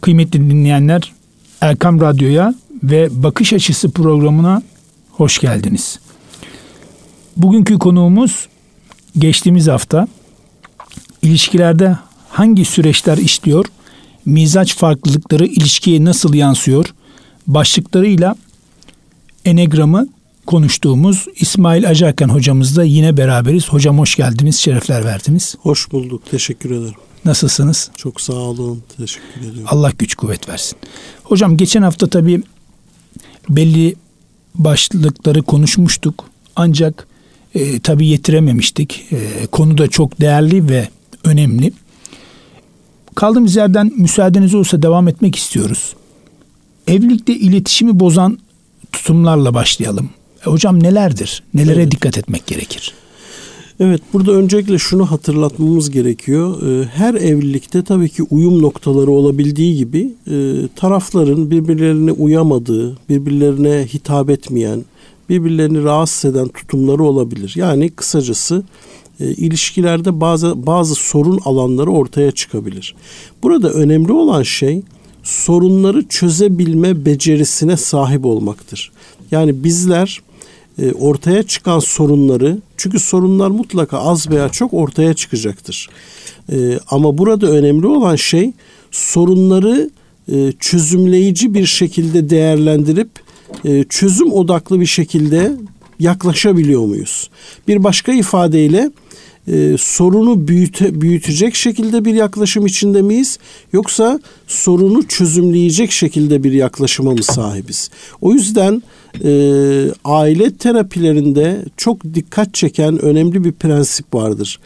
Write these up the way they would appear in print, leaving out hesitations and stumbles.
Kıymetli dinleyenler, Erkam Radyo'ya ve Bakış Açısı programına hoş geldiniz. Bugünkü konuğumuz geçtiğimiz hafta ilişkilerde hangi süreçler işliyor, mizaç farklılıkları ilişkiye nasıl yansıyor başlıklarıyla Enegram'ı konuştuğumuz İsmail Acarkan hocamızla yine beraberiz. Hocam hoş geldiniz, şerefler verdiniz. Hoş bulduk, teşekkür ederim. Nasılsınız? Çok sağ olun, teşekkür ediyorum. Allah güç kuvvet versin. Hocam geçen hafta tabii belli başlıkları konuşmuştuk. Ancak tabii yetirememiştik. Konu da çok değerli ve önemli. Kaldığımız yerden müsaadeniz olursa devam etmek istiyoruz. Evlilikte iletişimi bozan tutumlarla başlayalım. Hocam nelerdir? Nelere dikkat etmek gerekir? Evet, burada öncelikle şunu hatırlatmamız gerekiyor. Her evlilikte tabii ki uyum noktaları olabildiği gibi tarafların birbirlerine uyamadığı, birbirlerine hitap etmeyen, birbirlerini rahatsız eden tutumları olabilir. Yani kısacası ilişkilerde bazı sorun alanları ortaya çıkabilir. Burada önemli olan şey sorunları çözebilme becerisine sahip olmaktır. Yani bizler ortaya çıkan sorunları, çünkü sorunlar mutlaka az veya çok ortaya çıkacaktır. Ama burada önemli olan şey sorunları çözümleyici bir şekilde değerlendirip çözüm odaklı bir şekilde yaklaşabiliyor muyuz? Bir başka ifadeyle sorunu büyütecek şekilde bir yaklaşım içinde miyiz? Yoksa sorunu çözümleyecek şekilde bir yaklaşıma mı sahibiz? O yüzden aile terapilerinde çok dikkat çeken önemli bir prensip vardır.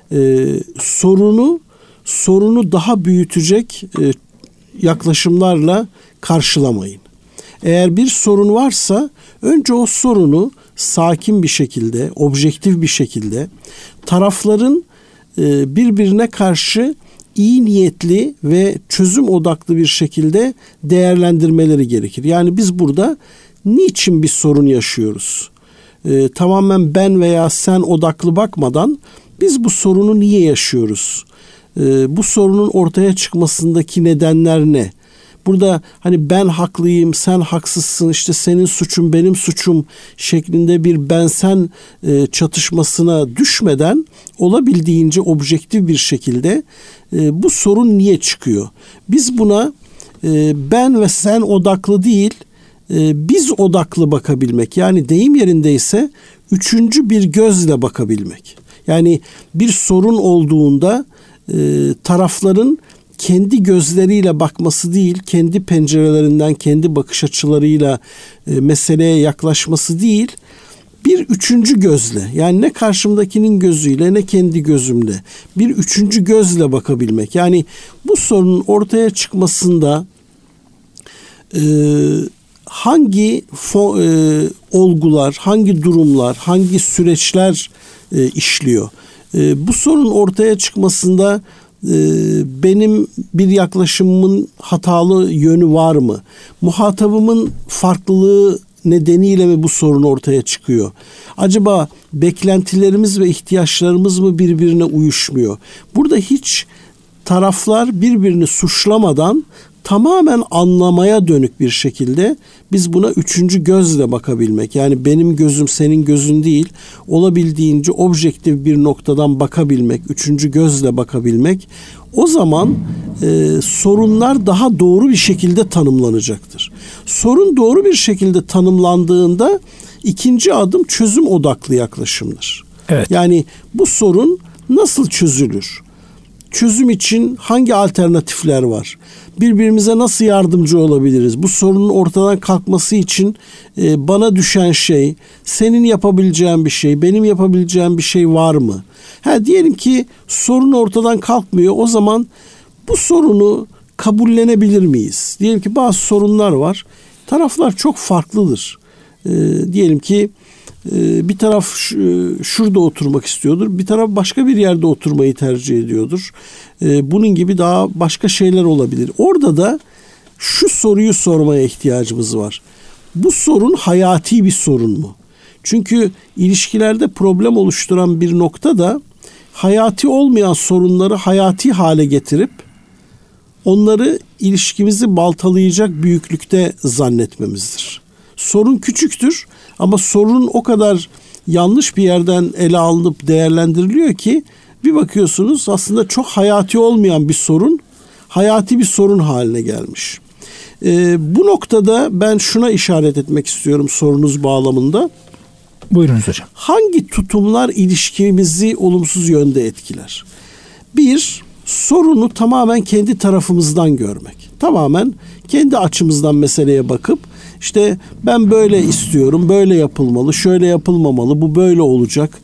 Sorunu daha büyütecek yaklaşımlarla karşılamayın. Eğer bir sorun varsa önce o sorunu sakin bir şekilde, objektif bir şekilde tarafların birbirine karşı iyi niyetli ve çözüm odaklı bir şekilde değerlendirmeleri gerekir. Yani biz burada niçin bir sorun yaşıyoruz? Tamamen ben veya sen odaklı bakmadan biz bu sorunu niye yaşıyoruz? Bu sorunun ortaya çıkmasındaki nedenler ne? Burada hani ben haklıyım, sen haksızsın, işte senin suçun, benim suçum şeklinde bir ben-sen çatışmasına düşmeden olabildiğince objektif bir şekilde bu sorun niye çıkıyor? Biz buna ben ve sen odaklı değil, biz odaklı bakabilmek. Yani deyim yerindeyse üçüncü bir gözle bakabilmek. Yani bir sorun olduğunda tarafların kendi gözleriyle bakması değil, kendi pencerelerinden, kendi bakış açılarıyla meseleye yaklaşması değil, bir üçüncü gözle, yani ne karşımdakinin gözüyle ne kendi gözümle, bir üçüncü gözle bakabilmek. Yani bu sorunun ortaya çıkmasında hangi olgular, hangi durumlar, hangi süreçler işliyor? Bu sorunun ortaya çıkmasında benim bir yaklaşımımın hatalı yönü var mı? Muhatabımın farklılığı nedeniyle mi bu sorun ortaya çıkıyor? Acaba beklentilerimiz ve ihtiyaçlarımız mı birbirine uyuşmuyor? Burada hiç taraflar birbirini suçlamadan tamamen anlamaya dönük bir şekilde biz buna üçüncü gözle bakabilmek. Yani benim gözüm senin gözün değil, olabildiğince objektif bir noktadan bakabilmek, üçüncü gözle bakabilmek. O zaman sorunlar daha doğru bir şekilde tanımlanacaktır. Sorun doğru bir şekilde tanımlandığında ikinci adım çözüm odaklı yaklaşımdır. Evet. Yani bu sorun nasıl çözülür? Çözüm için hangi alternatifler var? Birbirimize nasıl yardımcı olabiliriz? Bu sorunun ortadan kalkması için bana düşen şey, senin yapabileceğin bir şey, benim yapabileceğim bir şey var mı? Diyelim ki sorun ortadan kalkmıyor. O zaman bu sorunu kabullenebilir miyiz? Diyelim ki bazı sorunlar var. Taraflar çok farklıdır. Diyelim ki bir taraf şurada oturmak istiyordur. Bir taraf başka bir yerde oturmayı tercih ediyordur. Bunun gibi daha başka şeyler olabilir. Orada da şu soruyu sormaya ihtiyacımız var. Bu sorun hayati bir sorun mu? Çünkü ilişkilerde problem oluşturan bir nokta da hayati olmayan sorunları hayati hale getirip onları ilişkimizi baltalayacak büyüklükte zannetmemizdir. Sorun küçüktür ama sorun o kadar yanlış bir yerden ele alınıp değerlendiriliyor ki bir bakıyorsunuz aslında çok hayati olmayan bir sorun hayati bir sorun haline gelmiş. Bu noktada ben şuna işaret etmek istiyorum sorunuz bağlamında. Buyurunuz hocam. Hangi tutumlar ilişkimizi olumsuz yönde etkiler? Bir, sorunu tamamen kendi tarafımızdan görmek. Tamamen kendi açımızdan meseleye bakıp işte ben böyle istiyorum, böyle yapılmalı, şöyle yapılmamalı, bu böyle olacak.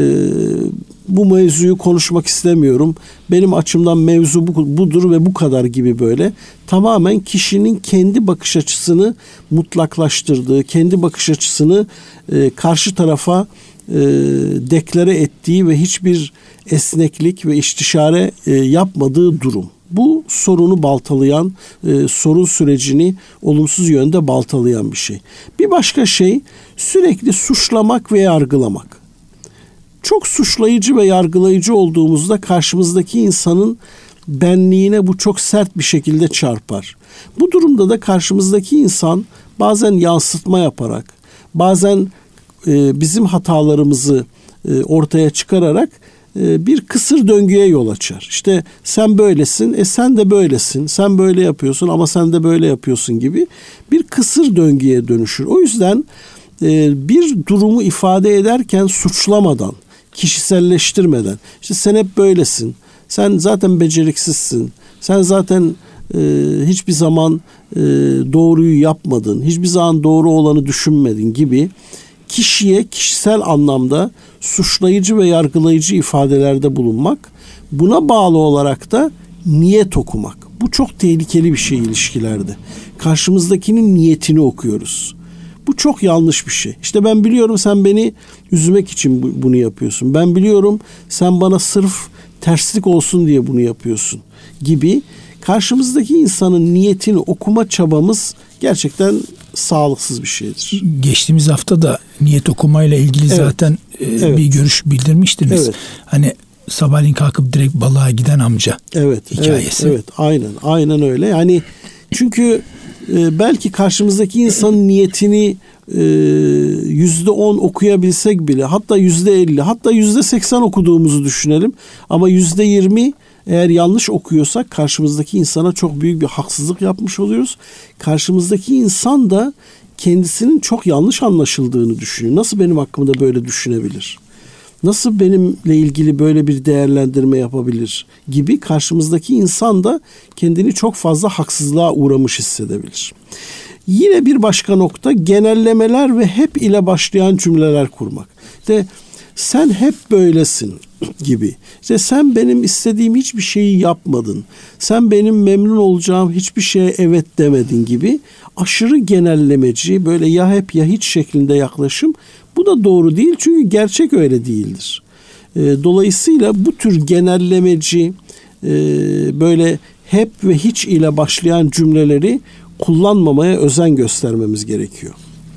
Bu mevzuyu konuşmak istemiyorum. Benim açımdan mevzu budur ve bu kadar gibi böyle. Tamamen kişinin kendi bakış açısını mutlaklaştırdığı, kendi bakış açısını karşı tarafa deklare ettiği ve hiçbir esneklik ve istişare yapmadığı durum. Bu sorunu baltalayan, sorun sürecini olumsuz yönde baltalayan bir şey. Bir başka şey sürekli suçlamak ve yargılamak. Çok suçlayıcı ve yargılayıcı olduğumuzda karşımızdaki insanın benliğine bu çok sert bir şekilde çarpar. Bu durumda da karşımızdaki insan bazen yansıtma yaparak, bazen bizim hatalarımızı ortaya çıkararak bir kısır döngüye yol açar. İşte sen böylesin, sen de böylesin, sen böyle yapıyorsun ama sen de böyle yapıyorsun gibi bir kısır döngüye dönüşür. O yüzden bir durumu ifade ederken suçlamadan, kişiselleştirmeden, işte sen hep böylesin, sen zaten beceriksizsin, sen zaten hiçbir zaman doğruyu yapmadın, hiçbir zaman doğru olanı düşünmedin gibi kişiye kişisel anlamda suçlayıcı ve yargılayıcı ifadelerde bulunmak, buna bağlı olarak da niyet okumak. Bu çok tehlikeli bir şey ilişkilerde. Karşımızdakinin niyetini okuyoruz. Bu çok yanlış bir şey. İşte ben biliyorum sen beni üzmek için bunu yapıyorsun. Ben biliyorum sen bana sırf terslik olsun diye bunu yapıyorsun gibi karşımızdaki insanın niyetini okuma çabamız gerçekten sağlıksız bir şeydir. Geçtiğimiz hafta da niyet okumayla ilgili zaten bir görüş bildirmiştiniz. Evet. Hani sabahleyin kalkıp direkt balığa giden amca hikayesi. Evet, aynen öyle. Yani çünkü belki karşımızdaki insanın niyetini %10 okuyabilsek bile, hatta %50, hatta %80 okuduğumuzu düşünelim. Ama %20 eğer yanlış okuyorsak karşımızdaki insana çok büyük bir haksızlık yapmış oluyoruz. Karşımızdaki insan da kendisinin çok yanlış anlaşıldığını düşünüyor. Nasıl benim hakkımda böyle düşünebilir? Nasıl benimle ilgili böyle bir değerlendirme yapabilir gibi karşımızdaki insan da kendini çok fazla haksızlığa uğramış hissedebilir. Yine bir başka nokta genellemeler ve hep ile başlayan cümleler kurmak. İşte sen hep böylesin gibi. İşte sen benim istediğim hiçbir şeyi yapmadın. Sen benim memnun olacağım hiçbir şeye evet demedin gibi aşırı genellemeci, böyle ya hep ya hiç şeklinde yaklaşım. Bu da doğru değil çünkü gerçek öyle değildir. Dolayısıyla bu tür genellemeci, böyle hep ve hiç ile başlayan cümleleri kullanmamaya özen göstermemiz gerekiyor.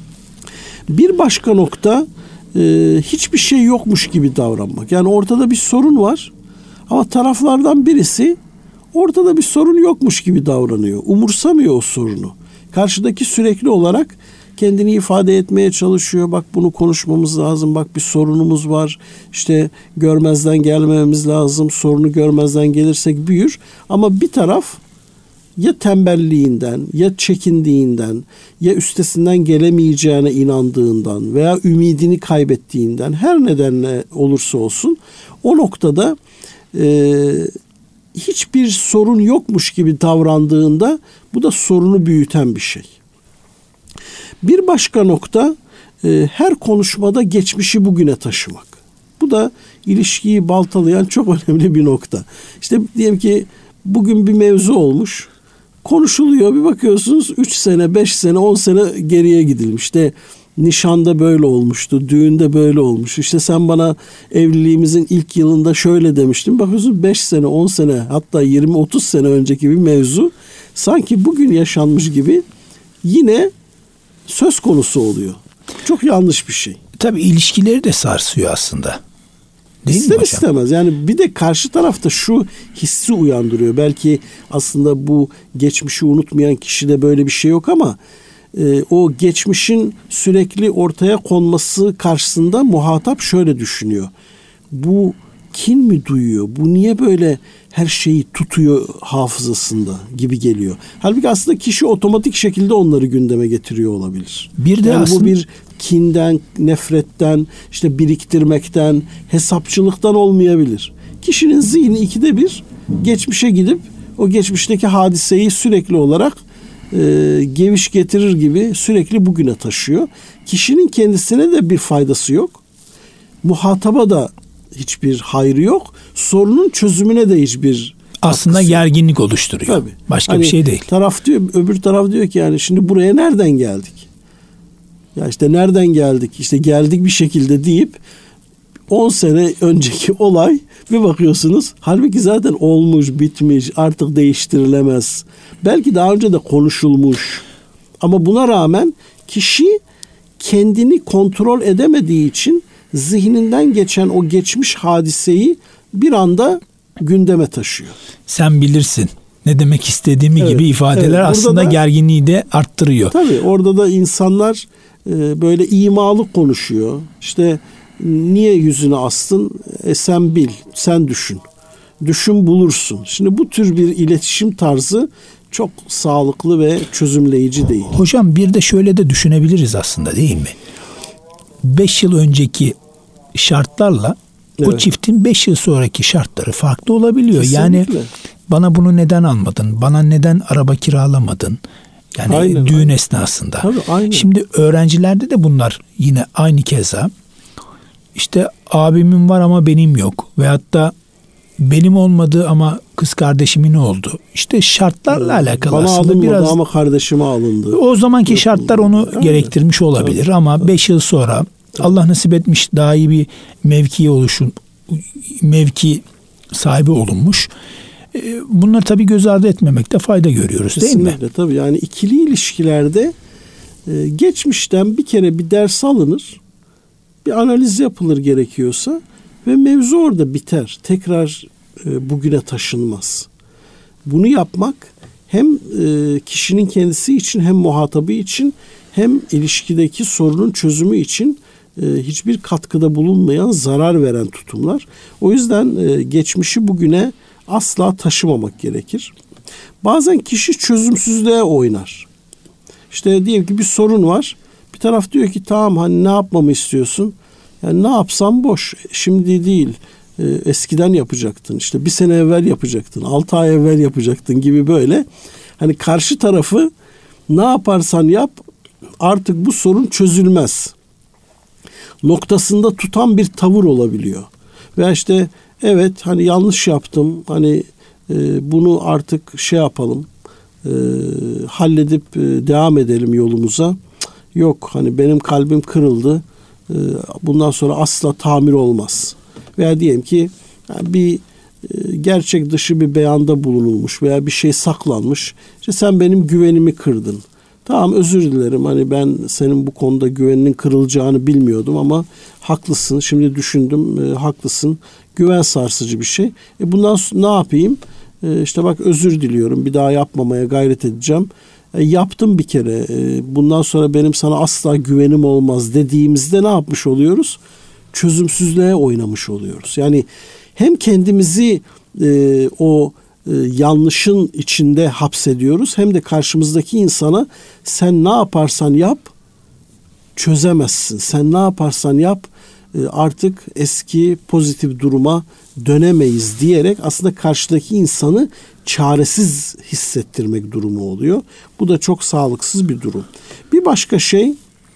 Bir başka nokta hiçbir şey yokmuş gibi davranmak. Yani ortada bir sorun var ama taraflardan birisi ortada bir sorun yokmuş gibi davranıyor. Umursamıyor o sorunu. Karşıdaki sürekli olarak kendini ifade etmeye çalışıyor. Bak bunu konuşmamız lazım. Bak bir sorunumuz var. İşte görmezden gelmememiz lazım. Sorunu görmezden gelirsek büyür. Ama bir taraf ya tembelliğinden, ya çekindiğinden, ya üstesinden gelemeyeceğine inandığından veya ümidini kaybettiğinden, her nedenle olursa olsun o noktada hiçbir sorun yokmuş gibi davrandığında bu da sorunu büyüten bir şey. Bir başka nokta her konuşmada geçmişi bugüne taşımak. Bu da ilişkiyi baltalayan çok önemli bir nokta. İşte diyelim ki bugün bir mevzu olmuş, konuşuluyor, bir bakıyorsunuz 3 sene, 5 sene, 10 sene geriye gidilmiş. İşte nişanda böyle olmuştu, düğünde böyle olmuş. İşte sen bana evliliğimizin ilk yılında şöyle demiştin. Bakıyorsun 5 sene, 10 sene, hatta 20-30 sene önceki bir mevzu sanki bugün yaşanmış gibi yine söz konusu oluyor. Çok yanlış bir şey. Tabii ilişkileri de sarsıyor aslında. Değil mi İster hocam? istemez. Yani bir de karşı tarafta şu hissi uyandırıyor. Belki aslında bu geçmişi unutmayan kişide böyle bir şey yok ama o geçmişin sürekli ortaya konması karşısında muhatap şöyle düşünüyor. Bu kin mi duyuyor? Bu niye böyle her şeyi tutuyor hafızasında gibi geliyor. Halbuki aslında kişi otomatik şekilde onları gündeme getiriyor olabilir. Bir de yani aslında bu bir kinden, nefretten, işte biriktirmekten, hesapçılıktan olmayabilir. Kişinin zihni 2'de 1 geçmişe gidip o geçmişteki hadiseyi sürekli olarak geviş getirir gibi sürekli bugüne taşıyor. Kişinin kendisine de bir faydası yok. Muhataba da hiçbir hayrı yok. Sorunun çözümüne de hiçbir aslında gerginlik oluşturuyor. Tabii. Başka bir şey değil. Öbür taraf diyor ki yani şimdi buraya nereden geldik? Ya işte nereden geldik? İşte geldik bir şekilde deyip 10 sene önceki olay bir bakıyorsunuz halbuki zaten olmuş, bitmiş, artık değiştirilemez. Belki daha önce de konuşulmuş. Ama buna rağmen kişi kendini kontrol edemediği için zihninden geçen o geçmiş hadiseyi bir anda gündeme taşıyor. Sen bilirsin ne demek istediğimi gibi ifadeler aslında gerginliği de arttırıyor. Tabii orada da insanlar böyle imalı konuşuyor. İşte niye yüzünü astın? Sen bil, sen düşün. Düşün bulursun. Şimdi bu tür bir iletişim tarzı çok sağlıklı ve çözümleyici değil. Hocam bir de şöyle de düşünebiliriz aslında değil mi? 5 yıl önceki şartlarla o çiftin 5 yıl sonraki şartları farklı olabiliyor. Kesinlikle. Yani bana bunu neden almadın? Bana neden araba kiralamadın? Yani düğün esnasında. Tabii, şimdi öğrencilerde de bunlar yine aynı keza. İşte abimin var ama benim yok. Veyahut da benim olmadı ama kız kardeşimin oldu. İşte şartlarla alakalı bana aslında biraz. Ama kardeşime alındı. O zamanki şartlar onu gerektirmiş olabilir ama 5 yıl sonra Allah nasip etmiş daha iyi bir mevki sahibi olunmuş. Bunları tabii göz ardı etmemekte fayda görüyoruz. Kesinlikle, değil mi? Tabii yani ikili ilişkilerde geçmişten bir kere bir ders alınır. Bir analiz yapılır gerekiyorsa ve mevzu orada biter. Tekrar bugüne taşınmaz. Bunu yapmak hem kişinin kendisi için hem muhatabı için hem ilişkideki sorunun çözümü için hiçbir katkıda bulunmayan, zarar veren tutumlar. O yüzden geçmişi bugüne asla taşımamak gerekir. Bazen kişi çözümsüzlüğe oynar. İşte diyelim ki bir sorun var. Bir taraf diyor ki tamam hani ne yapmamı istiyorsun? Yani ne yapsam boş. Şimdi değil. Eskiden yapacaktın. İşte bir sene evvel yapacaktın. 6 ay evvel yapacaktın gibi böyle. Hani karşı tarafı ne yaparsan yap artık bu sorun çözülmez noktasında tutan bir tavır olabiliyor. Ve işte evet hani yanlış yaptım. Hani bunu artık şey yapalım. Halledip devam edelim yolumuza. Yok hani benim kalbim kırıldı. Bundan sonra asla tamir olmaz. Veya diyelim ki bir gerçek dışı bir beyanda bulunulmuş veya bir şey saklanmış. İşte sen benim güvenimi kırdın. Tamam özür dilerim hani ben senin bu konuda güveninin kırılacağını bilmiyordum ama haklısın. Şimdi düşündüm haklısın. Güven sarsıcı bir şey. Bundan sonra ne yapayım? İşte bak özür diliyorum. Bir daha yapmamaya gayret edeceğim. Yaptım bir kere. Bundan sonra benim sana asla güvenim olmaz dediğimizde ne yapmış oluyoruz? Çözümsüzlüğe oynamış oluyoruz. Yani hem kendimizi o yanlışın içinde hapsediyoruz hem de karşımızdaki insana sen ne yaparsan yap çözemezsin. Sen ne yaparsan yap artık eski pozitif duruma dönemeyiz diyerek aslında karşıdaki insanı çaresiz hissettirmek durumu oluyor. Bu da çok sağlıksız bir durum. Bir başka şey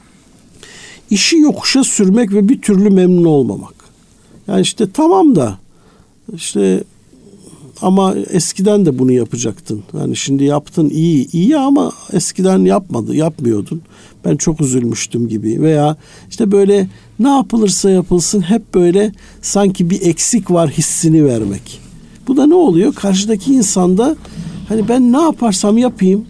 işi yokuşa sürmek ve bir türlü memnun olmamak. Yani işte tamam da işte ama eskiden de bunu yapacaktın. Yani şimdi yaptın iyi ama eskiden yapmıyordun. Ben çok üzülmüştüm gibi veya işte böyle ne yapılırsa yapılsın hep böyle sanki bir eksik var hissini vermek. Bu da ne oluyor? Karşıdaki insanda hani ben ne yaparsam yapayım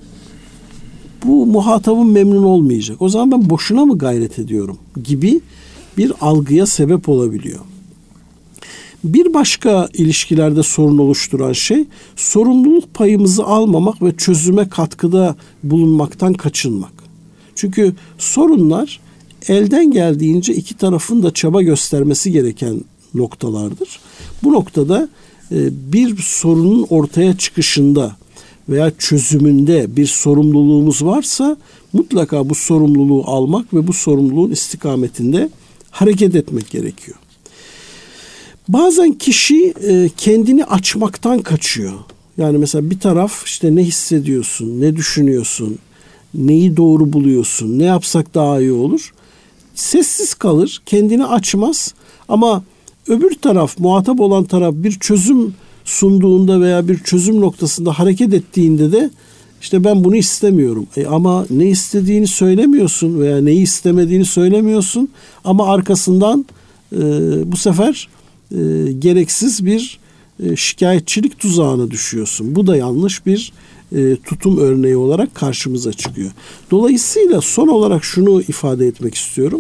bu muhatabım memnun olmayacak. O zaman ben boşuna mı gayret ediyorum gibi bir algıya sebep olabiliyor. Bir başka ilişkilerde sorun oluşturan şey sorumluluk payımızı almamak ve çözüme katkıda bulunmaktan kaçınmak. Çünkü sorunlar elden geldiğince iki tarafın da çaba göstermesi gereken noktalardır. Bu noktada bir sorunun ortaya çıkışında veya çözümünde bir sorumluluğumuz varsa mutlaka bu sorumluluğu almak ve bu sorumluluğun istikametinde hareket etmek gerekiyor. Bazen kişi kendini açmaktan kaçıyor. Yani mesela bir taraf işte ne hissediyorsun, ne düşünüyorsun, neyi doğru buluyorsun, ne yapsak daha iyi olur. Sessiz kalır, kendini açmaz ama öbür taraf, muhatap olan taraf bir çözüm sunduğunda veya bir çözüm noktasında hareket ettiğinde de işte ben bunu istemiyorum. Ama ne istediğini söylemiyorsun veya neyi istemediğini söylemiyorsun ama arkasından bu sefer gereksiz bir şikayetçilik tuzağına düşüyorsun. Bu da yanlış bir tutum örneği olarak karşımıza çıkıyor. Dolayısıyla son olarak şunu ifade etmek istiyorum.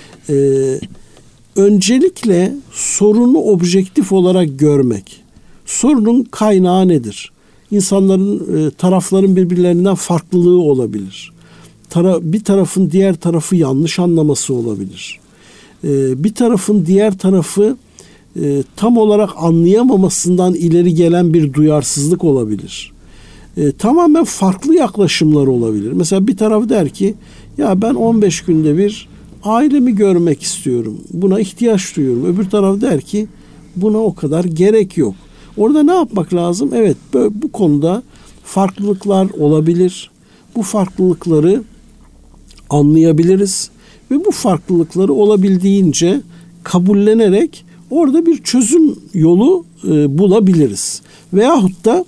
Öncelikle sorunu objektif olarak görmek. Sorunun kaynağı nedir? İnsanların, tarafların birbirlerinden farklılığı olabilir. Bir tarafın diğer tarafı yanlış anlaması olabilir. Bir tarafın diğer tarafı tam olarak anlayamamasından ileri gelen bir duyarsızlık olabilir. Tamamen farklı yaklaşımlar olabilir. Mesela bir taraf der ki ya ben 15 günde bir ailemi görmek istiyorum. Buna ihtiyaç duyuyorum. Öbür taraf der ki buna o kadar gerek yok. Orada ne yapmak lazım? Evet, bu konuda farklılıklar olabilir. Bu farklılıkları anlayabiliriz ve bu farklılıkları olabildiğince kabullenerek orada bir çözüm yolu bulabiliriz. Veyahut da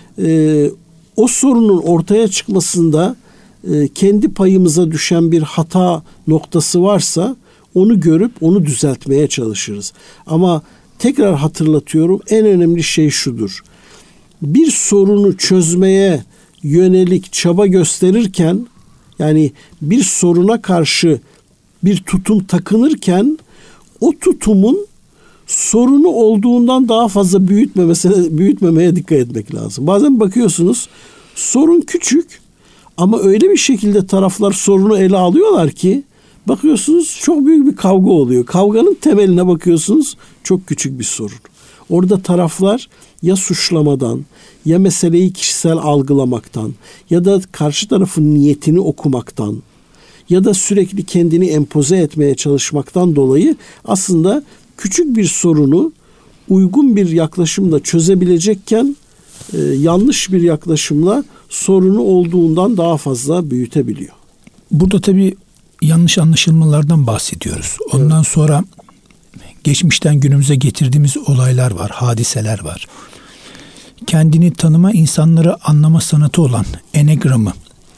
o sorunun ortaya çıkmasında kendi payımıza düşen bir hata noktası varsa onu görüp onu düzeltmeye çalışırız. Ama tekrar hatırlatıyorum, en önemli şey şudur. Bir sorunu çözmeye yönelik çaba gösterirken, yani bir soruna karşı bir tutum takınırken o tutumun sorunu olduğundan daha fazla büyütmemeye dikkat etmek lazım. Bazen bakıyorsunuz sorun küçük ama öyle bir şekilde taraflar sorunu ele alıyorlar ki bakıyorsunuz çok büyük bir kavga oluyor. Kavganın temeline bakıyorsunuz çok küçük bir sorun. Orada taraflar ya suçlamadan, ya meseleyi kişisel algılamaktan, ya da karşı tarafın niyetini okumaktan, ya da sürekli kendini empoze etmeye çalışmaktan dolayı aslında küçük bir sorunu uygun bir yaklaşımla çözebilecekken yanlış bir yaklaşımla sorunu olduğundan daha fazla büyütebiliyor. Burada tabii yanlış anlaşılmalardan bahsediyoruz. Ondan sonra geçmişten günümüze getirdiğimiz olaylar var, hadiseler var. Kendini tanıma, insanları anlama sanatı olan Enegram'ı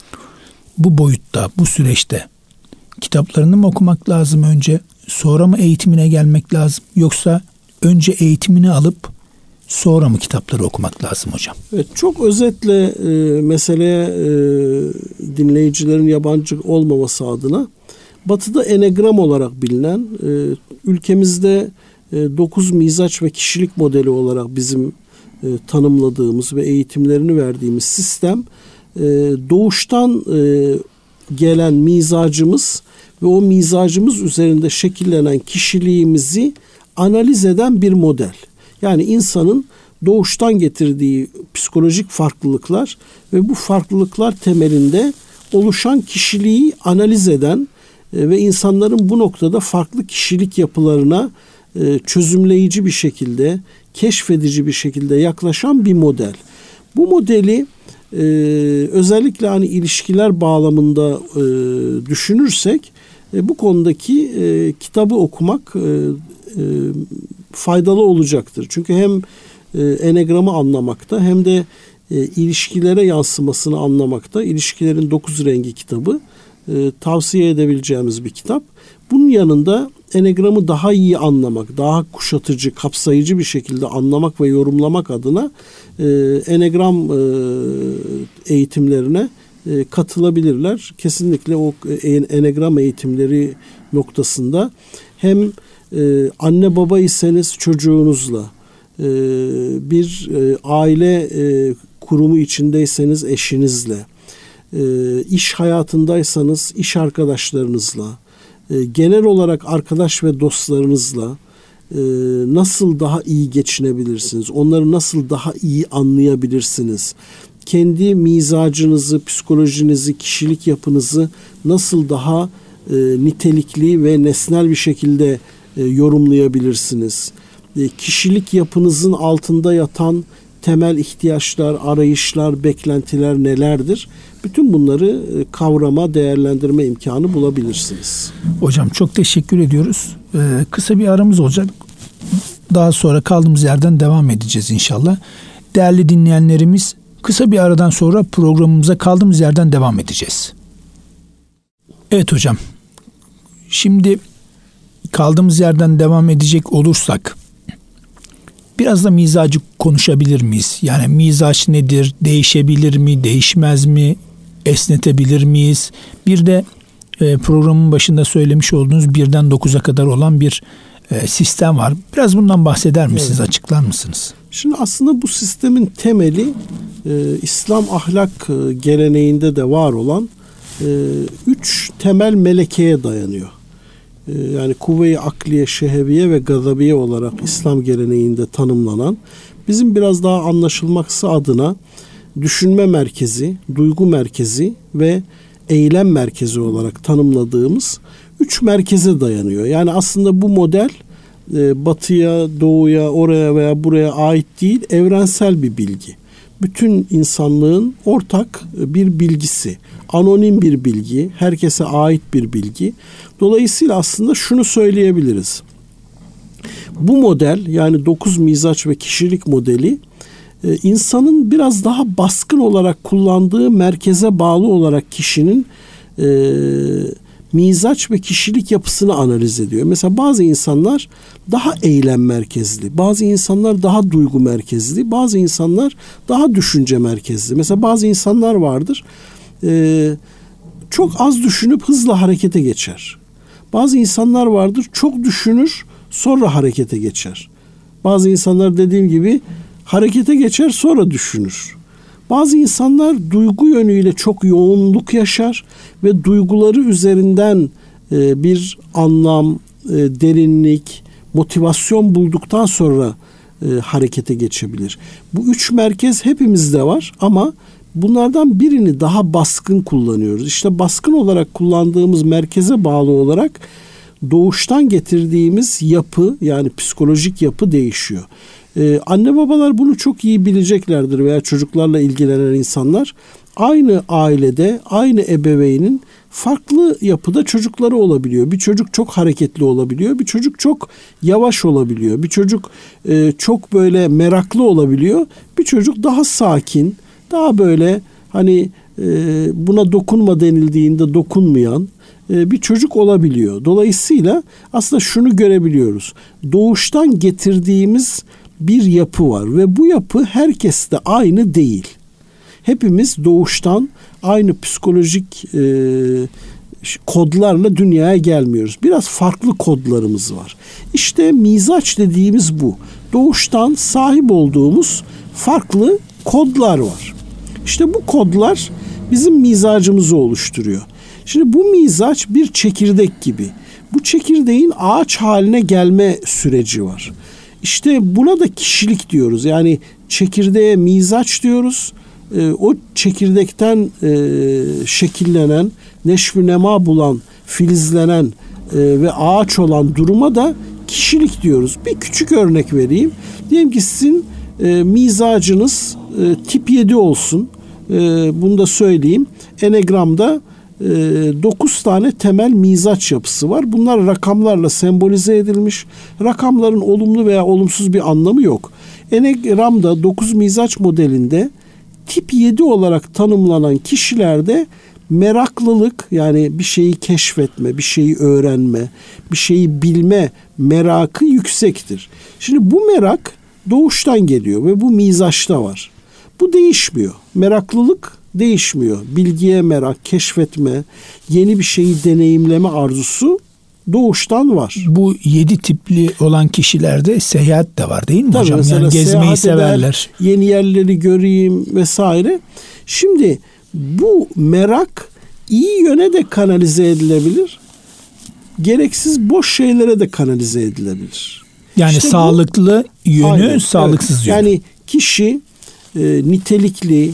bu boyutta, bu süreçte kitaplarını mı okumak lazım önce, sonra mı eğitimine gelmek lazım, yoksa önce eğitimini alıp sonra mı kitapları okumak lazım hocam? Evet, çok özetle meseleye dinleyicilerin yabancı olmaması adına Batı'da Enegram olarak bilinen, ülkemizde 9 mizaç ve kişilik modeli olarak bizim tanımladığımız ve eğitimlerini verdiğimiz sistem doğuştan gelen mizacımız ve o mizacımız üzerinde şekillenen kişiliğimizi analiz eden bir model. Yani insanın doğuştan getirdiği psikolojik farklılıklar ve bu farklılıklar temelinde oluşan kişiliği analiz eden ve insanların bu noktada farklı kişilik yapılarına çözümleyici bir şekilde, keşfedici bir şekilde yaklaşan bir model. Bu modeli özellikle hani ilişkiler bağlamında düşünürsek bu konudaki kitabı okumak faydalı olacaktır. Çünkü hem Enegram'ı anlamakta hem de ilişkilere yansımasını anlamakta. İlişkilerin 9 rengi kitabı tavsiye edebileceğimiz bir kitap. Bunun yanında Enegram'ı daha iyi anlamak, daha kuşatıcı, kapsayıcı bir şekilde anlamak ve yorumlamak adına Enegram eğitimlerine katılabilirler. Kesinlikle o Enegram eğitimleri noktasında hem Anne babaysanız çocuğunuzla, bir aile kurumu içindeyseniz eşinizle, iş hayatındaysanız iş arkadaşlarınızla, genel olarak arkadaş ve dostlarınızla nasıl daha iyi geçinebilirsiniz? Onları nasıl daha iyi anlayabilirsiniz? Kendi mizacınızı, psikolojinizi, kişilik yapınızı nasıl daha nitelikli ve nesnel bir şekilde yorumlayabilirsiniz? Kişilik yapınızın altında yatan temel ihtiyaçlar, arayışlar, beklentiler nelerdir? Bütün bunları kavrama, değerlendirme imkanı bulabilirsiniz. Hocam çok teşekkür ediyoruz. Kısa bir aramız olacak. Daha sonra kaldığımız yerden devam edeceğiz inşallah. Değerli dinleyenlerimiz, kısa bir aradan sonra programımıza kaldığımız yerden devam edeceğiz. Evet hocam. Şimdi kaldığımız yerden devam edecek olursak biraz da mizacı konuşabilir miyiz? Yani mizaç nedir? Değişebilir mi? Değişmez mi? Esnetebilir miyiz? Bir de programın başında söylemiş olduğunuz 1'den 9'a kadar olan bir sistem var. Biraz bundan bahseder misiniz? Evet. Açıklar mısınız? Şimdi aslında bu sistemin temeli İslam ahlak geleneğinde de var olan 3 temel melekeye dayanıyor. Yani kuvve-i akliye, şeheviye ve gazabiye olarak İslam geleneğinde tanımlanan, bizim biraz daha anlaşılması adına düşünme merkezi, duygu merkezi ve eylem merkezi olarak tanımladığımız 3 merkeze dayanıyor. Yani aslında bu model batıya, doğuya, oraya veya buraya ait değil, evrensel bir bilgi. Bütün insanlığın ortak bir bilgisi, anonim bir bilgi, herkese ait bir bilgi. Dolayısıyla aslında şunu söyleyebiliriz. Bu model, yani 9 mizaç ve kişilik modeli, insanın biraz daha baskın olarak kullandığı merkeze bağlı olarak kişinin mizaç ve kişilik yapısını analiz ediyor. Mesela bazı insanlar daha eylem merkezli, bazı insanlar daha duygu merkezli, bazı insanlar daha düşünce merkezli. Mesela bazı insanlar vardır, çok az düşünüp hızla harekete geçer. Bazı insanlar vardır, çok düşünür, sonra harekete geçer. Bazı insanlar dediğim gibi harekete geçer, sonra düşünür. Bazı insanlar duygu yönüyle çok yoğunluk yaşar ve duyguları üzerinden bir anlam, derinlik, motivasyon bulduktan sonra harekete geçebilir. Bu 3 merkez hepimizde var ama bunlardan birini daha baskın kullanıyoruz. İşte baskın olarak kullandığımız merkeze bağlı olarak doğuştan getirdiğimiz yapı, yani psikolojik yapı değişiyor. Anne babalar bunu çok iyi bileceklerdir veya çocuklarla ilgilenen insanlar. Aynı ailede, aynı ebeveynin farklı yapıda çocukları olabiliyor. Bir çocuk çok hareketli olabiliyor, bir çocuk çok yavaş olabiliyor, bir çocuk çok böyle meraklı olabiliyor, bir çocuk daha sakin, daha böyle hani buna dokunma denildiğinde dokunmayan bir çocuk olabiliyor. Dolayısıyla aslında şunu görebiliyoruz. Doğuştan getirdiğimiz bir yapı var ve bu yapı herkeste aynı değil. Hepimiz doğuştan aynı psikolojik kodlarla dünyaya gelmiyoruz. Biraz farklı kodlarımız var. İşte mizaç dediğimiz bu. Doğuştan sahip olduğumuz farklı kodlar var. İşte bu kodlar bizim mizacımızı oluşturuyor. Şimdi bu mizaç bir çekirdek gibi. Bu çekirdeğin ağaç haline gelme süreci var. İşte buna da kişilik diyoruz. Yani çekirdeğe mizaç diyoruz. O çekirdekten şekillenen, neşv-ü nema bulan, filizlenen ve ağaç olan duruma da kişilik diyoruz. Bir küçük örnek vereyim. Diyelim ki sizin mizacınız tip 7 olsun. Bunu da söyleyeyim. Enegram'da 9 tane temel mizaç yapısı var. Bunlar rakamlarla sembolize edilmiş. Rakamların olumlu veya olumsuz bir anlamı yok. Enegram'da 9 mizaç modelinde tip 7 olarak tanımlanan kişilerde meraklılık, yani bir şeyi keşfetme, bir şeyi öğrenme, bir şeyi bilme merakı yüksektir. Şimdi bu merak doğuştan geliyor ve bu mizaçta var. Bu değişmiyor. Meraklılık değişmiyor. Bilgiye merak, keşfetme, yeni bir şeyi deneyimleme arzusu doğuştan var. Bu 7 tipli olan kişilerde seyahat de var değil mi Tabii hocam? Yani gezmeyi severler. Yeni yerleri göreyim vesaire. Şimdi bu merak iyi yöne de kanalize edilebilir. Gereksiz boş şeylere de kanalize edilebilir. Yani işte sağlıklı yönü, aynen, sağlıksız evet. yönü. Yani kişi nitelikli,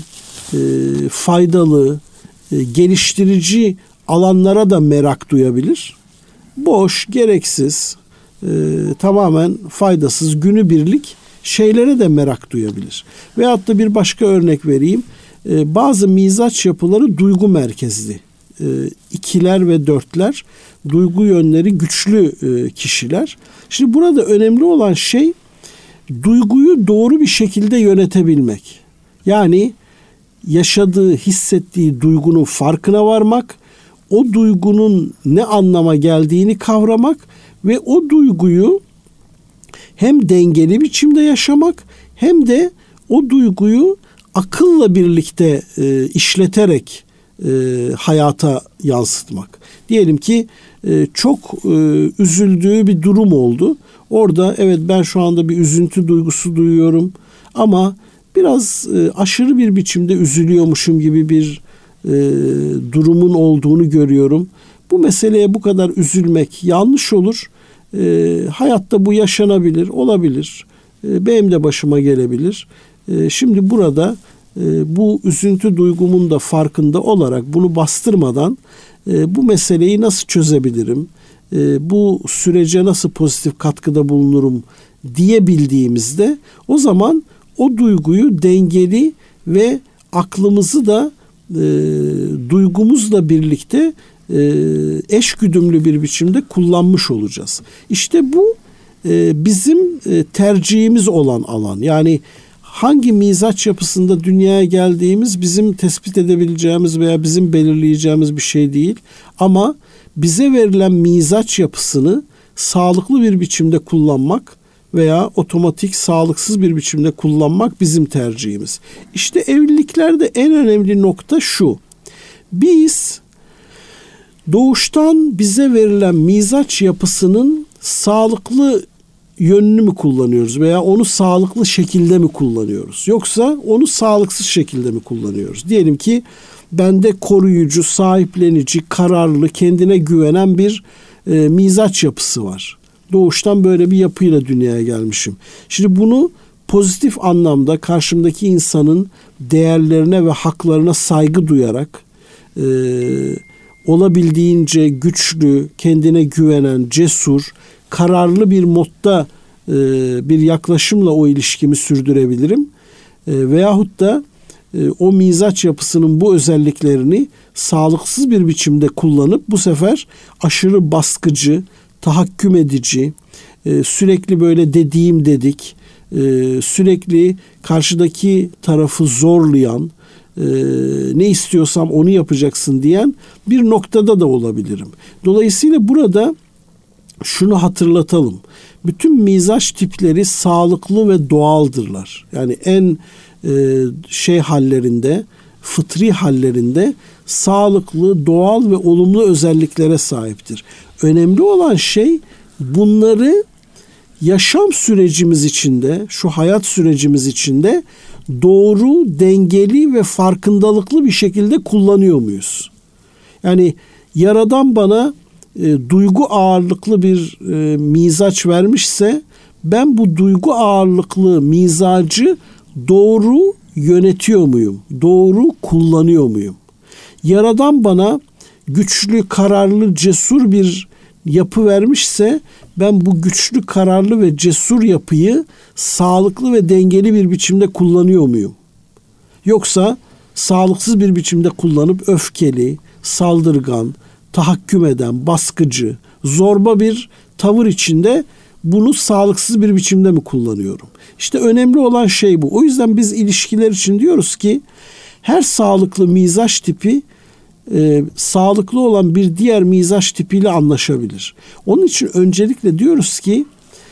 faydalı, geliştirici alanlara da merak duyabilir. Boş, gereksiz, tamamen faydasız, günübirlik şeylere de merak duyabilir. Veyahut da bir başka örnek vereyim. Bazı mizaç yapıları duygu merkezli. 2'ler ve 4'ler duygu yönleri güçlü kişiler. Şimdi burada önemli olan şey duyguyu doğru bir şekilde yönetebilmek. Yani yaşadığı, hissettiği duygunun farkına varmak, o duygunun ne anlama geldiğini kavramak ve o duyguyu hem dengeli biçimde yaşamak hem de o duyguyu akılla birlikte işleterek hayata yansıtmak. Diyelim ki çok üzüldüğü bir durum oldu. Orada evet ben şu anda bir üzüntü duygusu duyuyorum ama biraz aşırı bir biçimde üzülüyormuşum gibi bir durumun olduğunu görüyorum. Bu meseleye bu kadar üzülmek yanlış olur. Hayatta bu yaşanabilir, olabilir. Benim de başıma gelebilir. Şimdi burada bu üzüntü duygumun da farkında olarak bunu bastırmadan bu meseleyi nasıl çözebilirim? Bu sürece nasıl pozitif katkıda bulunurum diyebildiğimizde o zaman o duyguyu dengeli ve aklımızı da duygumuzla birlikte eşgüdümlü bir biçimde kullanmış olacağız. İşte bu bizim tercihimiz olan alan. Yani hangi mizaç yapısında dünyaya geldiğimiz bizim tespit edebileceğimiz veya bizim belirleyeceğimiz bir şey değil. Ama bize verilen mizaç yapısını sağlıklı bir biçimde kullanmak veya otomatik sağlıksız bir biçimde kullanmak bizim tercihimiz. İşte evliliklerde en önemli nokta şu. Biz doğuştan bize verilen mizaç yapısının sağlıklı yönünü mü kullanıyoruz veya onu sağlıklı şekilde mi kullanıyoruz? Yoksa onu sağlıksız şekilde mi kullanıyoruz? Diyelim ki bende koruyucu, sahiplenici, kararlı, kendine güvenen bir mizaç yapısı var. Doğuştan böyle bir yapıyla dünyaya gelmişim. Şimdi bunu pozitif anlamda karşımdaki insanın değerlerine ve haklarına saygı duyarak olabildiğince güçlü, kendine güvenen, cesur, kararlı bir modda bir yaklaşımla o ilişkimi sürdürebilirim. Veyahut da o mizaç yapısının bu özelliklerini sağlıksız bir biçimde kullanıp bu sefer aşırı baskıcı, tahakküm edici, sürekli böyle dediğim dedik, sürekli karşıdaki tarafı zorlayan, ne istiyorsam onu yapacaksın diyen bir noktada da olabilirim. Dolayısıyla burada şunu hatırlatalım. Bütün mizaç tipleri sağlıklı ve doğaldırlar. Yani en hallerinde, fıtri hallerinde sağlıklı, doğal ve olumlu özelliklere sahiptir. Önemli olan şey bunları yaşam sürecimiz içinde, şu hayat sürecimiz içinde doğru, dengeli ve farkındalıklı bir şekilde kullanıyor muyuz? Yani Yaradan bana duygu ağırlıklı bir mizaç vermişse ben bu duygu ağırlıklı mizacı doğru yönetiyor muyum? Doğru kullanıyor muyum? Yaradan bana güçlü, kararlı, cesur bir yapı vermişse ben bu güçlü, kararlı ve cesur yapıyı sağlıklı ve dengeli bir biçimde kullanıyor muyum? Yoksa sağlıksız bir biçimde kullanıp öfkeli, saldırgan, tahakküm eden, baskıcı, zorba bir tavır içinde bunu sağlıksız bir biçimde mi kullanıyorum? İşte önemli olan şey bu. O yüzden biz ilişkiler için diyoruz ki her sağlıklı mizaç tipi sağlıklı olan bir diğer mizaç tipiyle anlaşabilir. Onun için öncelikle diyoruz ki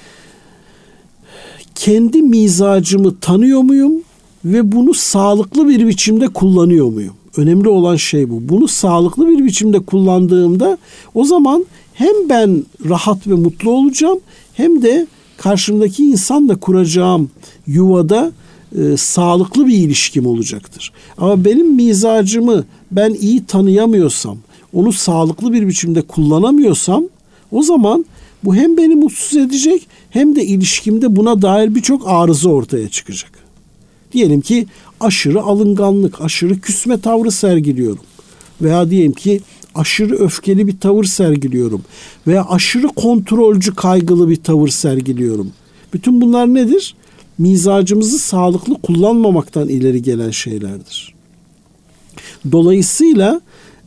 kendi mizacımı tanıyor muyum ve bunu sağlıklı bir biçimde kullanıyor muyum? Önemli olan şey bu. Bunu sağlıklı bir biçimde kullandığımda o zaman hem ben rahat ve mutlu olacağım hem de karşımdaki insanla kuracağım yuvada sağlıklı bir ilişkim olacaktır. Ama benim mizacımı ben iyi tanıyamıyorsam, onu sağlıklı bir biçimde kullanamıyorsam, o zaman bu hem beni mutsuz edecek hem de ilişkimde buna dair birçok arıza ortaya çıkacak. Diyelim ki aşırı alınganlık, aşırı küsme tavrı sergiliyorum. Veya diyelim ki aşırı öfkeli bir tavır sergiliyorum. Veya aşırı kontrolcü, kaygılı bir tavır sergiliyorum. Bütün bunlar nedir? Mizacımızı sağlıklı kullanmamaktan ileri gelen şeylerdir. Dolayısıyla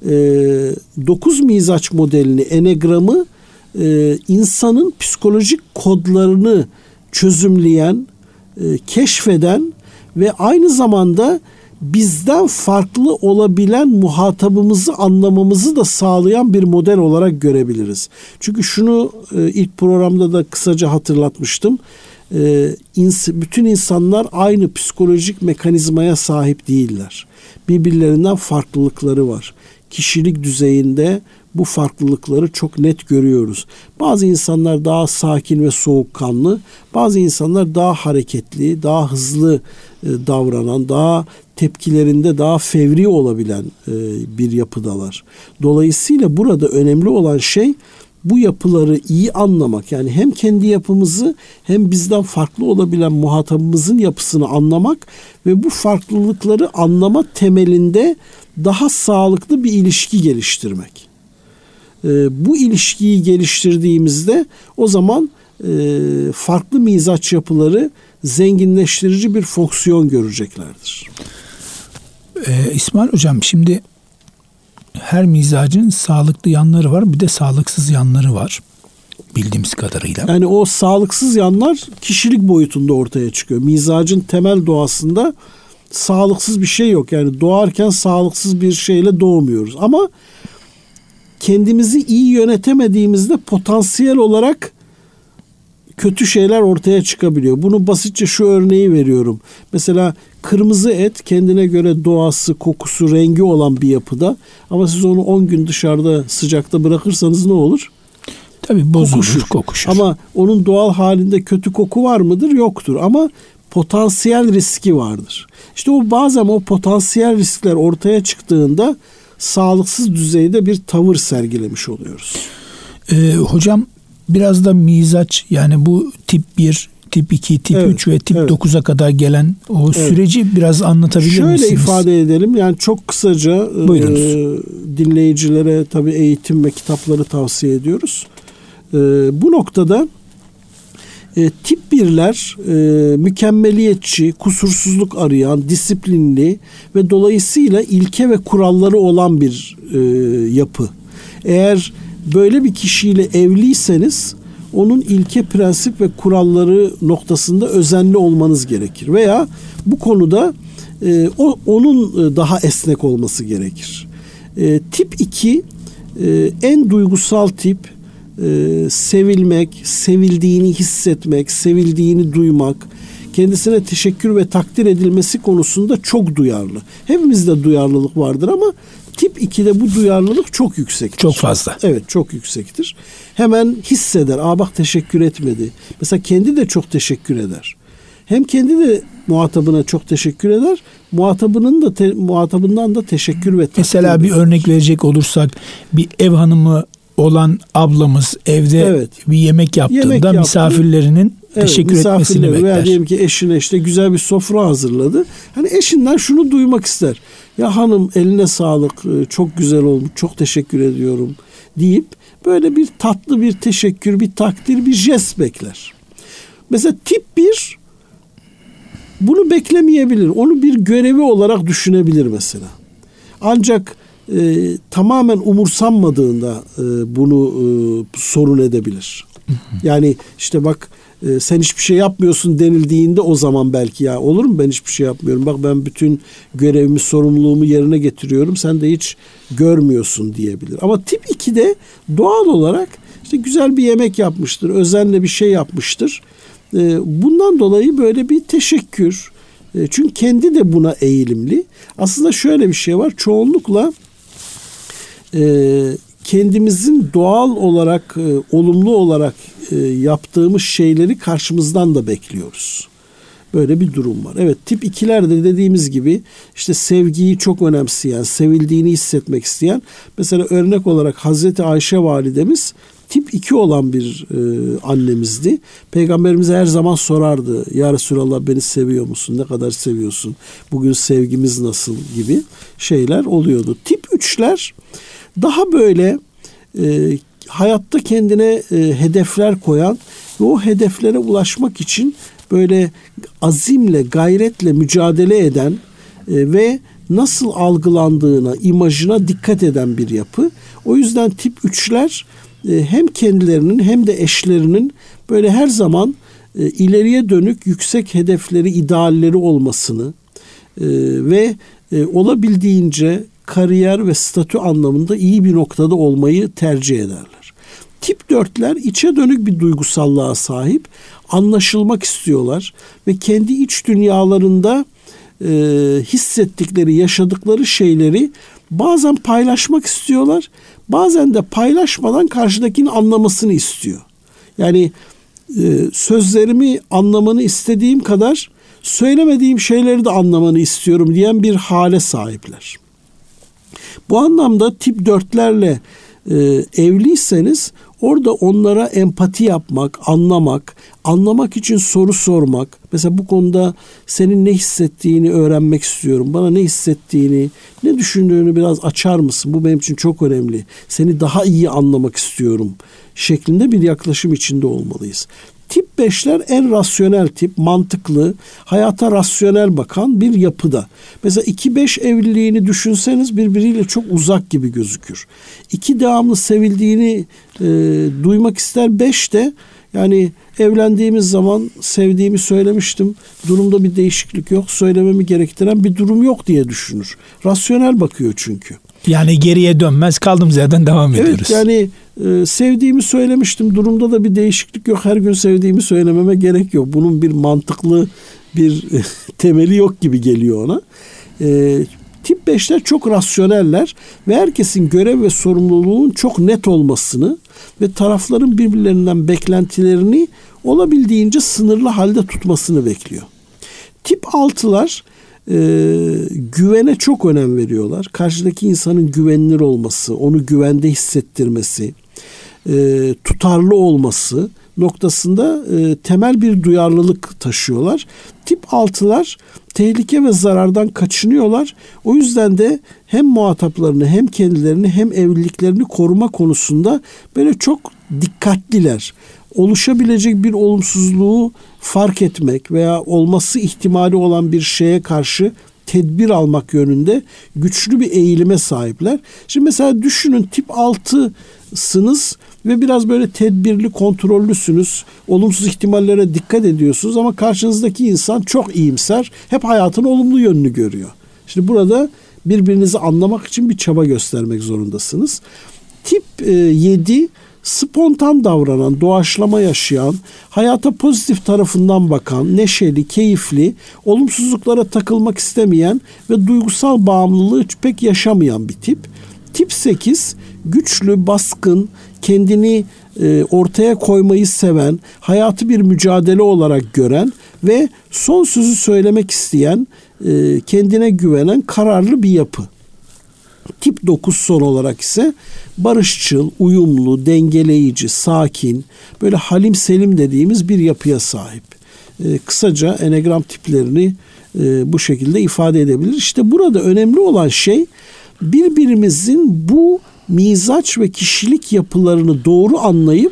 9 mizaç modelini, enegramı insanın psikolojik kodlarını çözümleyen, keşfeden ve aynı zamanda bizden farklı olabilen muhatabımızı anlamamızı da sağlayan bir model olarak görebiliriz. Çünkü şunu ilk programda da kısaca hatırlatmıştım. Bütün insanlar aynı psikolojik mekanizmaya sahip değiller. Birbirlerinden farklılıkları var. Kişilik düzeyinde bu farklılıkları çok net görüyoruz. Bazı insanlar daha sakin ve soğukkanlı, bazı insanlar daha hareketli, daha hızlı davranan, daha tepkilerinde daha fevri olabilen bir yapıdalar. Dolayısıyla burada önemli olan şey bu yapıları iyi anlamak. Yani hem kendi yapımızı hem bizden farklı olabilen muhatabımızın yapısını anlamak ve bu farklılıkları anlama temelinde daha sağlıklı bir ilişki geliştirmek. Bu ilişkiyi geliştirdiğimizde o zaman farklı mizaç yapıları zenginleştirici bir fonksiyon göreceklerdir. İsmail Hocam, şimdi her mizacın sağlıklı yanları var, bir de sağlıksız yanları var bildiğimiz kadarıyla. Yani o sağlıksız yanlar kişilik boyutunda ortaya çıkıyor. Mizacın temel doğasında sağlıksız bir şey yok. Yani doğarken sağlıksız bir şeyle doğmuyoruz. Ama kendimizi iyi yönetemediğimizde potansiyel olarak kötü şeyler ortaya çıkabiliyor. Bunu basitçe şu örneği veriyorum. Mesela kırmızı et kendine göre doğası, kokusu, rengi olan bir yapıda. Ama siz onu 10 gün dışarıda sıcakta bırakırsanız ne olur? Tabii bozulur, kokuşur. Ama onun doğal halinde kötü koku var mıdır? Yoktur. Ama potansiyel riski vardır. İşte bazen o potansiyel riskler ortaya çıktığında sağlıksız düzeyde bir tavır sergilemiş oluyoruz. Hocam, biraz da mizaç, yani bu tip 1, tip 2, tip 3 ve tip 9'a kadar gelen o süreci biraz anlatabilir misiniz? Şöyle ifade edelim. Yani çok kısaca dinleyicilere tabii eğitim ve kitapları tavsiye ediyoruz. Bu noktada tip 1'ler mükemmeliyetçi, kusursuzluk arayan, disiplinli ve dolayısıyla ilke ve kuralları olan bir yapı. Eğer böyle bir kişiyle evliyseniz onun ilke, prensip ve kuralları noktasında özenli olmanız gerekir. Veya bu konuda onun daha esnek olması gerekir. Tip 2 en duygusal tip, sevilmek, sevildiğini hissetmek, sevildiğini duymak, kendisine teşekkür ve takdir edilmesi konusunda çok duyarlı. Hepimizde duyarlılık vardır ama tip 2'de bu duyarlılık çok yüksektir. Çok fazla. Evet, çok yüksektir. Hemen hisseder. Bak teşekkür etmedi. Mesela kendi de çok teşekkür eder. Hem kendi de muhatabına çok teşekkür eder. Muhatabından da teşekkür ve takdir Mesela bir örnek verecek olursak, bir ev hanımı olan ablamız evde bir yemek yaptığında misafirlerinin teşekkür etmesini bekler. Veya diyelim ki eşine işte güzel bir sofra hazırladı. Hani eşinden şunu duymak ister. Ya hanım, eline sağlık, çok güzel olmuş, çok teşekkür ediyorum deyip böyle bir tatlı bir teşekkür, bir takdir, bir jest bekler. Mesela tip 1 bunu beklemeyebilir. Onu bir görevi olarak düşünebilir mesela. Ancak tamamen umursanmadığında bunu sorun edebilir. Yani işte bak sen hiçbir şey yapmıyorsun denildiğinde o zaman belki ya olur mu, ben hiçbir şey yapmıyorum. Bak ben bütün görevimi, sorumluluğumu yerine getiriyorum. Sen de hiç görmüyorsun diyebilir. Ama tip 2'de doğal olarak işte güzel bir yemek yapmıştır. Özenle bir şey yapmıştır. Bundan dolayı böyle bir teşekkür. Çünkü kendi de buna eğilimli. Aslında şöyle bir şey var. Çoğunlukla kendimizin doğal olarak, olumlu olarak yaptığımız şeyleri karşımızdan da bekliyoruz. Böyle bir durum var. Evet, tip 2'ler de dediğimiz gibi işte sevgiyi çok önemseyen, sevildiğini hissetmek isteyen, mesela örnek olarak Hazreti Ayşe validemiz tip 2 olan bir annemizdi. Peygamberimize her zaman sorardı. Ya Resulallah, beni seviyor musun? Ne kadar seviyorsun? Bugün sevgimiz nasıl? Gibi şeyler oluyordu. Tip 3'ler daha böyle hayatta kendine hedefler koyan ve o hedeflere ulaşmak için böyle azimle, gayretle mücadele eden ve nasıl algılandığına, imajına dikkat eden bir yapı. O yüzden tip 3'ler hem kendilerinin hem de eşlerinin böyle her zaman ileriye dönük yüksek hedefleri, idealleri olmasını ve olabildiğince kariyer ve statü anlamında iyi bir noktada olmayı tercih ederler. Tip 4'ler içe dönük bir duygusallığa sahip, anlaşılmak istiyorlar ve kendi iç dünyalarında hissettikleri, yaşadıkları şeyleri bazen paylaşmak istiyorlar, bazen de paylaşmadan karşıdakinin anlamasını istiyor. Yani sözlerimi anlamanı istediğim kadar söylemediğim şeyleri de anlamanı istiyorum diyen bir hale sahipler. Bu anlamda tip 4'lerle evliyseniz orada onlara empati yapmak, anlamak için soru sormak. Mesela bu konuda senin ne hissettiğini öğrenmek istiyorum. Bana ne hissettiğini, ne düşündüğünü biraz açar mısın? Bu benim için çok önemli. Seni daha iyi anlamak istiyorum şeklinde bir yaklaşım içinde olmalıyız. Tip 5'ler en rasyonel tip, mantıklı, hayata rasyonel bakan bir yapıda. Mesela 2-5 evliliğini düşünseniz birbiriyle çok uzak gibi gözükür. 2 devamlı sevildiğini duymak ister, 5 de yani evlendiğimiz zaman sevdiğimi söylemiştim, durumda bir değişiklik yok, söylememi gerektiren bir durum yok diye düşünür. Rasyonel bakıyor çünkü. Yani geriye dönmez, kaldığımız yerden devam ediyoruz. Evet, yani sevdiğimi söylemiştim, durumda da bir değişiklik yok, her gün sevdiğimi söylememe gerek yok. Bunun bir mantıklı bir temeli yok gibi geliyor ona. Tip 5'ler çok rasyoneller ve herkesin görev ve sorumluluğun çok net olmasını ve tarafların birbirlerinden beklentilerini olabildiğince sınırlı halde tutmasını bekliyor. Tip 6'lar güvene çok önem veriyorlar. Karşıdaki insanın güvenilir olması, onu güvende hissettirmesi, tutarlı olması noktasında temel bir duyarlılık taşıyorlar. Tip 6'lar tehlike ve zarardan kaçınıyorlar. O yüzden de hem muhataplarını hem kendilerini hem evliliklerini koruma konusunda böyle çok dikkatliler. Oluşabilecek bir olumsuzluğu fark etmek veya olması ihtimali olan bir şeye karşı tedbir almak yönünde güçlü bir eğilime sahipler. Şimdi mesela düşünün, tip 6'sınız ve biraz böyle tedbirli, kontrollüsünüz. Olumsuz ihtimallere dikkat ediyorsunuz ama karşınızdaki insan çok iyimser, hep hayatın olumlu yönünü görüyor. Şimdi burada birbirinizi anlamak için bir çaba göstermek zorundasınız. Tip 7 spontan davranan, doğaçlama yaşayan, hayata pozitif tarafından bakan, neşeli, keyifli, olumsuzluklara takılmak istemeyen ve duygusal bağımlılığı pek yaşamayan bir tip. Tip 8 güçlü, baskın, kendini ortaya koymayı seven, hayatı bir mücadele olarak gören ve son sözü söylemek isteyen, kendine güvenen, kararlı bir yapı. Tip 9 son olarak ise barışçıl, uyumlu, dengeleyici, sakin, böyle halim selim dediğimiz bir yapıya sahip. Kısaca enegram tiplerini bu şekilde ifade edebilir. İşte burada önemli olan şey birbirimizin bu mizaç ve kişilik yapılarını doğru anlayıp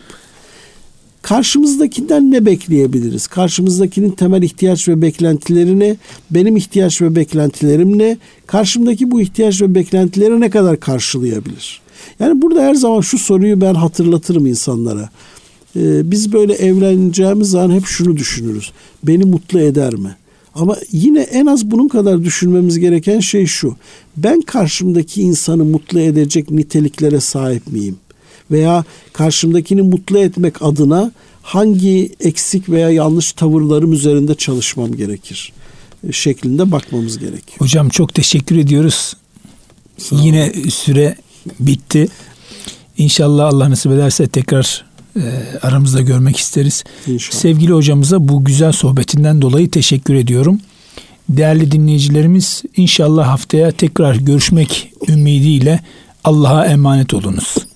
karşımızdakinden ne bekleyebiliriz? Karşımızdakinin temel ihtiyaç ve beklentileri ne? Benim ihtiyaç ve beklentilerim ne? Karşımdaki bu ihtiyaç ve beklentileri ne kadar karşılayabilir? Yani burada her zaman şu soruyu ben hatırlatırım insanlara. Biz böyle evleneceğimiz zaman hep şunu düşünürüz. Beni mutlu eder mi? Ama yine en az bunun kadar düşünmemiz gereken şey şu. Ben karşımdaki insanı mutlu edecek niteliklere sahip miyim? Veya karşımdakini mutlu etmek adına hangi eksik veya yanlış tavırlarım üzerinde çalışmam gerekir şeklinde bakmamız gerekiyor. Hocam çok teşekkür ediyoruz. Yine süre bitti. İnşallah Allah nasip ederse tekrar aramızda görmek isteriz. İnşallah. Sevgili hocamıza bu güzel sohbetinden dolayı teşekkür ediyorum. Değerli dinleyicilerimiz, inşallah haftaya tekrar görüşmek ümidiyle Allah'a emanet olunuz.